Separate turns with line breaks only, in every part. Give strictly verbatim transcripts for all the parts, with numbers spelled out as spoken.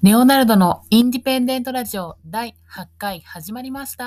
レオナルドのインディペンデントラジオだいはちかい始まりました。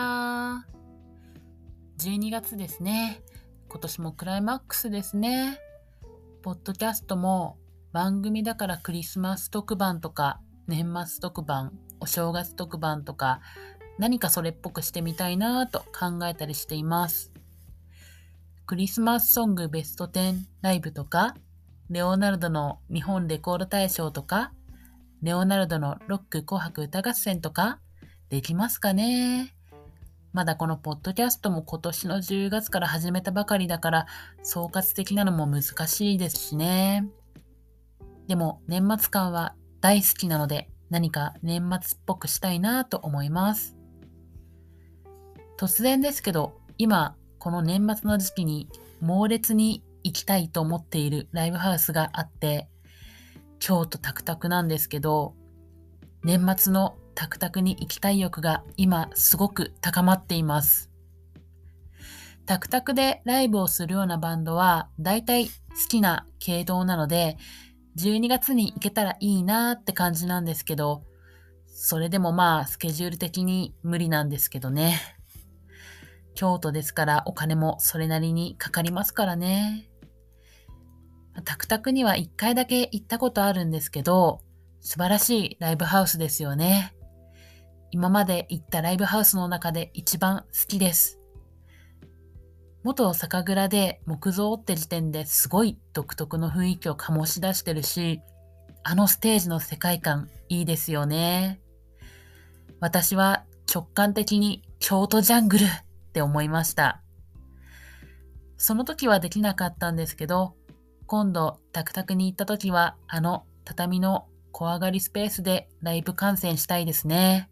じゅうにがつですね。今年もクライマックスですね。ポッドキャストも番組だからクリスマス特番とか年末特番、お正月特番とか何かそれっぽくしてみたいなぁと考えたりしています。クリスマスソングベストじゅうライブとか、レオナルドの日本レコード大賞とか、レオナルドのロック紅白歌合戦とかできますかね。まだこのポッドキャストも今年のじゅうがつから始めたばかりだから総括的なのも難しいですしね。でも年末感は大好きなので何か年末っぽくしたいなと思います。突然ですけど今この年末の時期に猛烈に行きたいと思っているライブハウスがあって京都タクタクなんですけど、年末のタクタクに行きたい欲が今すごく高まっています。タクタクでライブをするようなバンドは大体好きな系統なので、じゅうにがつに行けたらいいなーって感じなんですけど、それでもまあスケジュール的に無理なんですけどね。京都ですからお金もそれなりにかかりますからね。タクタクにはいっかいだけ行ったことあるんですけど、素晴らしいライブハウスですよね。今まで行ったライブハウスの中で一番好きです。元酒蔵で木造って時点ですごい独特の雰囲気を醸し出してるし、あのステージの世界観いいですよね。私は直感的に京都ジャングルって思いました。その時はできなかったんですけど、今度タクタクに行った時はあの畳の小上がりスペースでライブ観戦したいですね。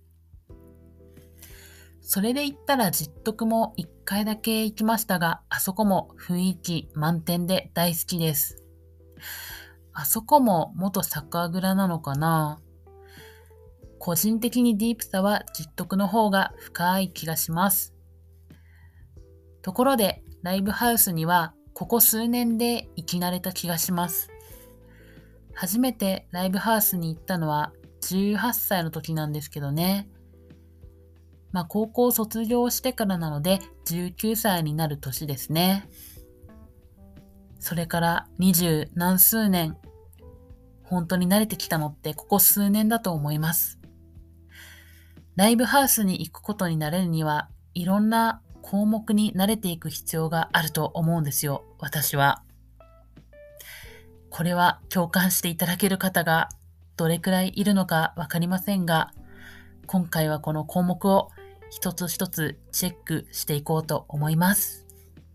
それで言ったら実徳もいっかいだけ行きましたが、あそこも雰囲気満点で大好きです。あそこも元酒蔵なのかな？個人的にディープさは実徳の方が深い気がします。ところでライブハウスにはここ数年で行き慣れた気がします。初めてライブハウスに行ったのはじゅうはっさいの時なんですけどね。まあ高校卒業してからなのでじゅうきゅうさいになる年ですね。それから二十何数年、本当に慣れてきたのってここ数年だと思います。ライブハウスに行くことになれるにはいろんな項目に慣れていく必要があると思うんですよ、私は。これは共感していただける方がどれくらいいるのかわかりませんが、今回はこの項目を一つ一つチェックしていこうと思います。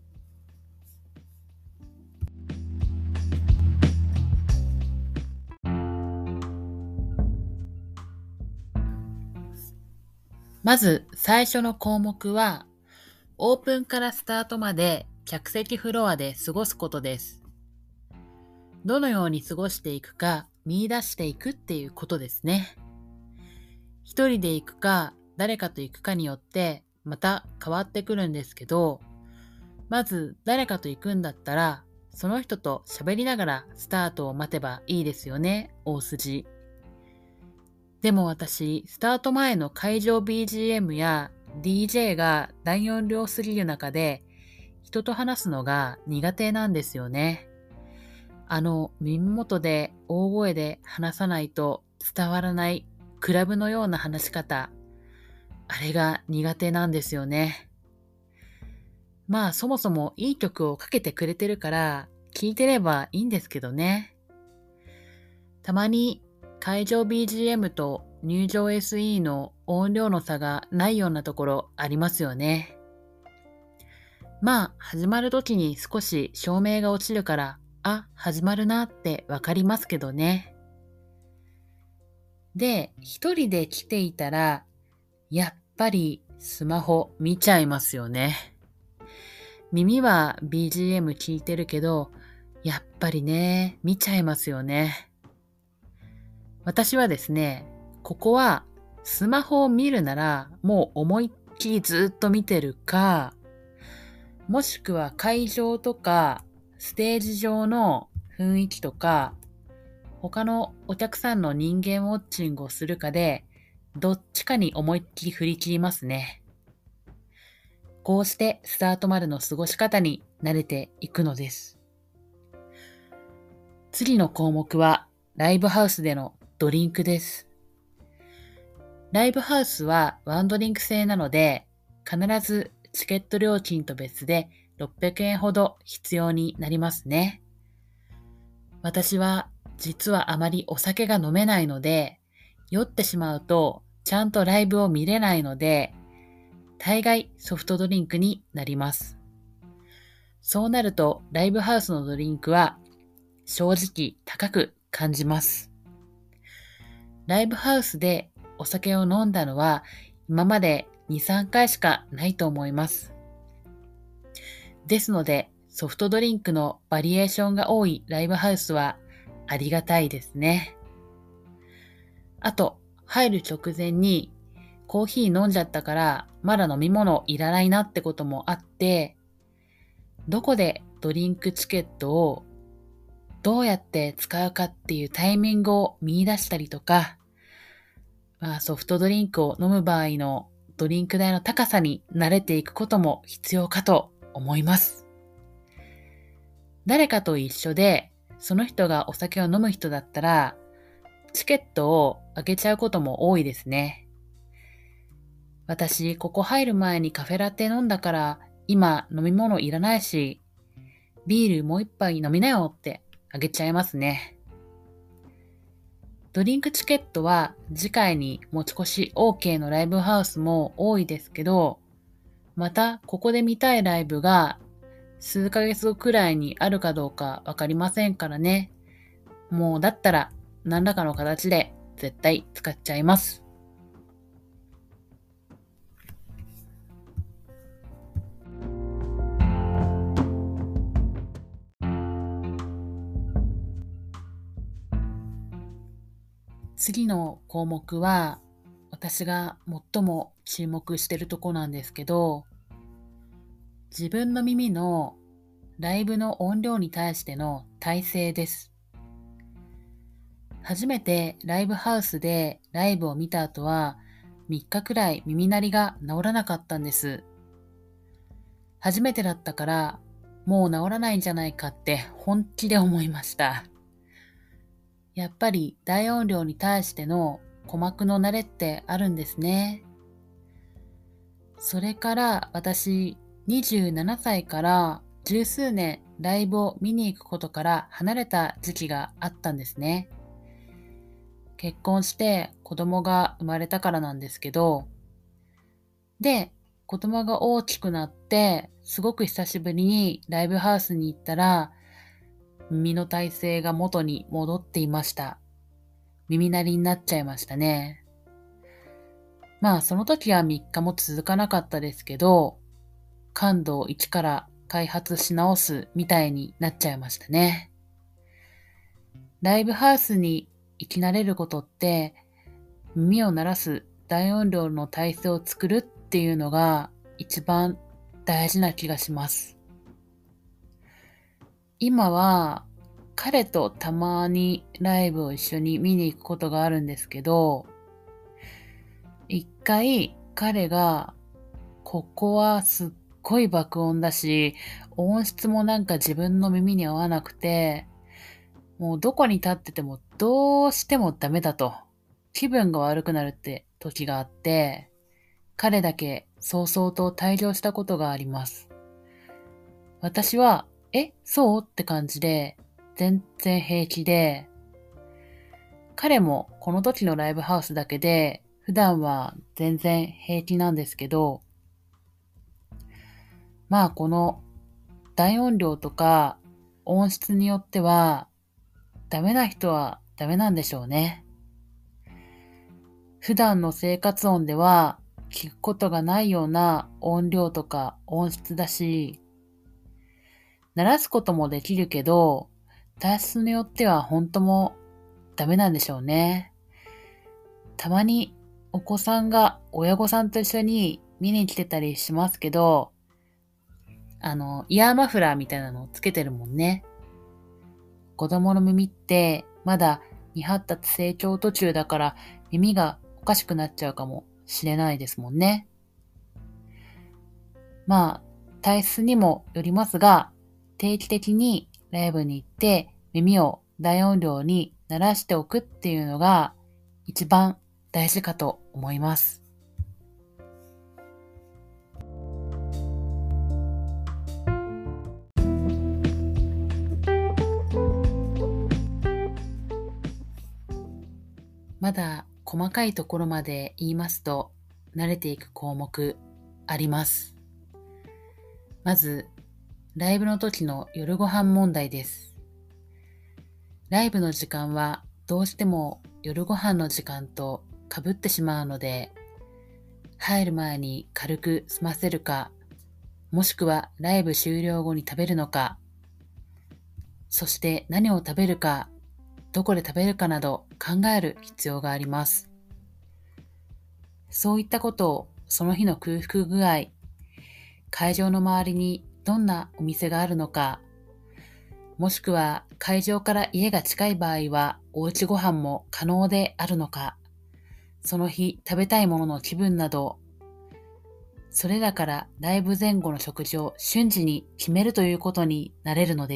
まず最初の項目は、オープンからスタートまで客席フロアで過ごすことです。どのように過ごしていくか見出していくっていうことですね。一人で行くか誰かと行くかによってまた変わってくるんですけど、まず誰かと行くんだったらその人と喋りながらスタートを待てばいいですよね、大筋。でも私、スタート前の会場 ビージーエム や ディージェー が大音量すぎる中で人と話すのが苦手なんですよね。あの耳元で大声で話さないと伝わらないクラブのような話し方、あれが苦手なんですよね。まあそもそもいい曲をかけてくれてるから聴いてればいいんですけどね。たまに会場 ビージーエム と入場 エスイー の音量の差がないようなところありますよね。まあ始まる時に少し照明が落ちるから、あ、始まるなってわかりますけどね。で、一人で来ていたら、やっぱりスマホ見ちゃいますよね。耳は ビージーエム 聞いてるけど、やっぱりね、見ちゃいますよね。私はですね、ここはスマホを見るならもう思いっきりずっと見てるか、もしくは会場とかステージ上の雰囲気とか他のお客さんの人間ウォッチングをするかで、どっちかに思いっきり振り切りますね。こうしてスタートまでの過ごし方に慣れていくのです。次の項目はライブハウスでのドリンクです。ライブハウスはワンドリンク制なので、必ずチケット料金と別でろっぴゃくえんほど必要になりますね。私は実はあまりお酒が飲めないので、酔ってしまうとちゃんとライブを見れないので、大概ソフトドリンクになります。そうなるとライブハウスのドリンクは正直高く感じます。ライブハウスでお酒を飲んだのは今までに、さんかいしかないと思います。ですのでソフトドリンクのバリエーションが多いライブハウスはありがたいですね。あと、入る直前にコーヒー飲んじゃったからまだ飲み物いらないなってこともあって、どこでドリンクチケットをどうやって使うかっていうタイミングを見出したりとか、まあ、ソフトドリンクを飲む場合のドリンク代の高さに慣れていくことも必要かと思います。誰かと一緒で、その人がお酒を飲む人だったら、チケットをあげちゃうことも多いですね。私、ここ入る前にカフェラテ飲んだから、今飲み物いらないし、ビールもう一杯飲みなよってあげちゃいますね。ドリンクチケットは次回に持ち越し OK のライブハウスも多いですけど、またここで見たいライブが数ヶ月後くらいにあるかどうかわかりませんからね。もうだったら何らかの形で絶対使っちゃいます。次の項目は私が最も注目しているところなんですけど、自分の耳のライブの音量に対しての耐性です。初めてライブハウスでライブを見た後はみっかくらい耳鳴りが治らなかったんです。初めてだったからもう治らないんじゃないかって本気で思いました。やっぱり大音量に対しての鼓膜の慣れってあるんですね。それから私にじゅうななさいから十数年ライブを見に行くことから離れた時期があったんですね。結婚して子供が生まれたからなんですけど、で、子供が大きくなってすごく久しぶりにライブハウスに行ったら耳の体勢が元に戻っていました。耳鳴りになっちゃいましたね。まあその時はみっかも続かなかったですけど、感度を一から開発し直すみたいになっちゃいましたね。ライブハウスに生き慣れることって耳を鳴らす大音量の体勢を作るっていうのが一番大事な気がします。今は彼とたまにライブを一緒に見に行くことがあるんですけど、一回彼がここはすっごい爆音だし、音質もなんか自分の耳に合わなくて、もうどこに立っててもどうしてもダメだと、気分が悪くなるって時があって、彼だけ早々と退場したことがあります。私は、え、そうって感じで、全然平気で、彼もこの時のライブハウスだけで、普段は全然平気なんですけど、まあこの大音量とか音質によっては、ダメな人はダメなんでしょうね。普段の生活音では聞くことがないような音量とか音質だし、鳴らすこともできるけど、体質によっては本当もダメなんでしょうね。たまにお子さんが親御さんと一緒に見に来てたりしますけど、あの、イヤーマフラーみたいなのをつけてるもんね。子供の耳ってまだ未発達成長途中だから耳がおかしくなっちゃうかもしれないですもんね。まあ、体質にもよりますが、定期的にライブに行って耳を大音量に鳴らしておくっていうのが一番大事かと思います。まだ細かいところまで言いますと、慣れていく項目あります。まず、ライブの時の夜ご飯問題です。ライブの時間はどうしても夜ご飯の時間と被ってしまうので、入る前に軽く済ませるか、もしくはライブ終了後に食べるのか、そして何を食べるか、どこで食べるかなど考える必要があります。そういったことをその日の空腹具合、会場の周りにどんなお店があるのか、もしくは会場から家が近い場合はおうちご飯も可能であるのか、その日食べたいものの気分など、それらからライブ前後の食事を瞬時に決めるということになれるのです。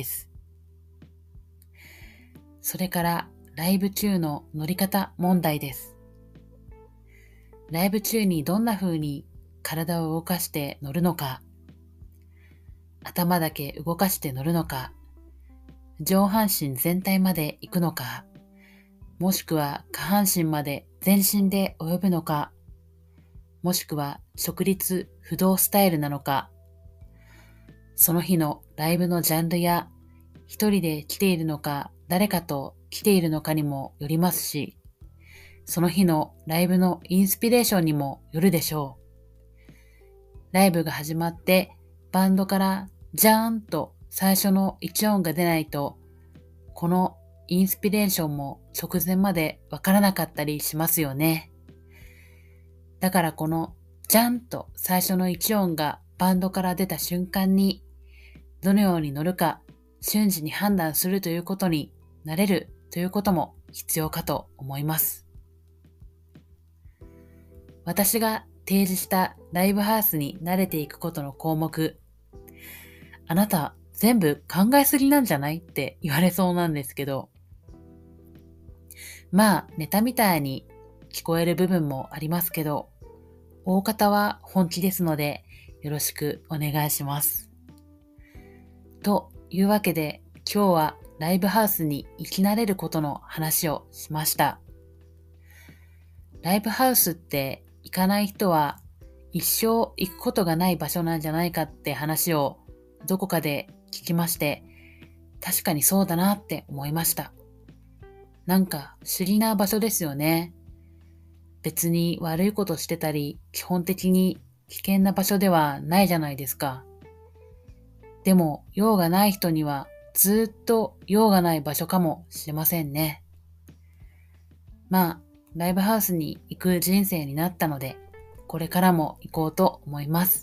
それからライブ中の乗り方問題です。ライブ中にどんな風に体を動かして乗るのか、頭だけ動かして乗るのか、上半身全体まで行くのか、もしくは下半身まで全身で及ぶのか、もしくは直立不動スタイルなのか、その日のライブのジャンルや一人で来ているのか誰かと来ているのかにもよりますし、その日のライブのインスピレーションにもよるでしょう。ライブが始まってバンドからジャーンと最初の一音が出ないと、このインスピレーションも直前までわからなかったりしますよね。だからこのジャンと最初の一音がバンドから出た瞬間に、どのように乗るか瞬時に判断するということになれるということも必要かと思います。私が提示したライブハウスに慣れていくことの項目、あなた全部考えすぎなんじゃないって言われそうなんですけど、まあネタみたいに聞こえる部分もありますけど、大方は本気ですのでよろしくお願いします。というわけで今日はライブハウスに行き慣れることの話をしました。ライブハウスって行かない人は一生行くことがない場所なんじゃないかって話をどこかで聞きまして、確かにそうだなって思いました。なんか不思議な場所ですよね。別に悪いことしてたり、基本的に危険な場所ではないじゃないですか。でも用がない人にはずっと用がない場所かもしれませんね。まあ、ライブハウスに行く人生になったので、これからも行こうと思います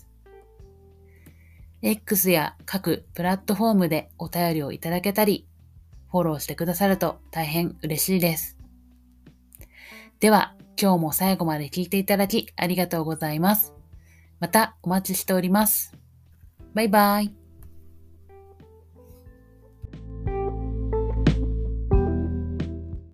。X や各プラットフォームでお便りをいただけたり、フォローしてくださると大変嬉しいです。では、今日も最後まで聞いていただきありがとうございます。またお待ちしております。バイバイ。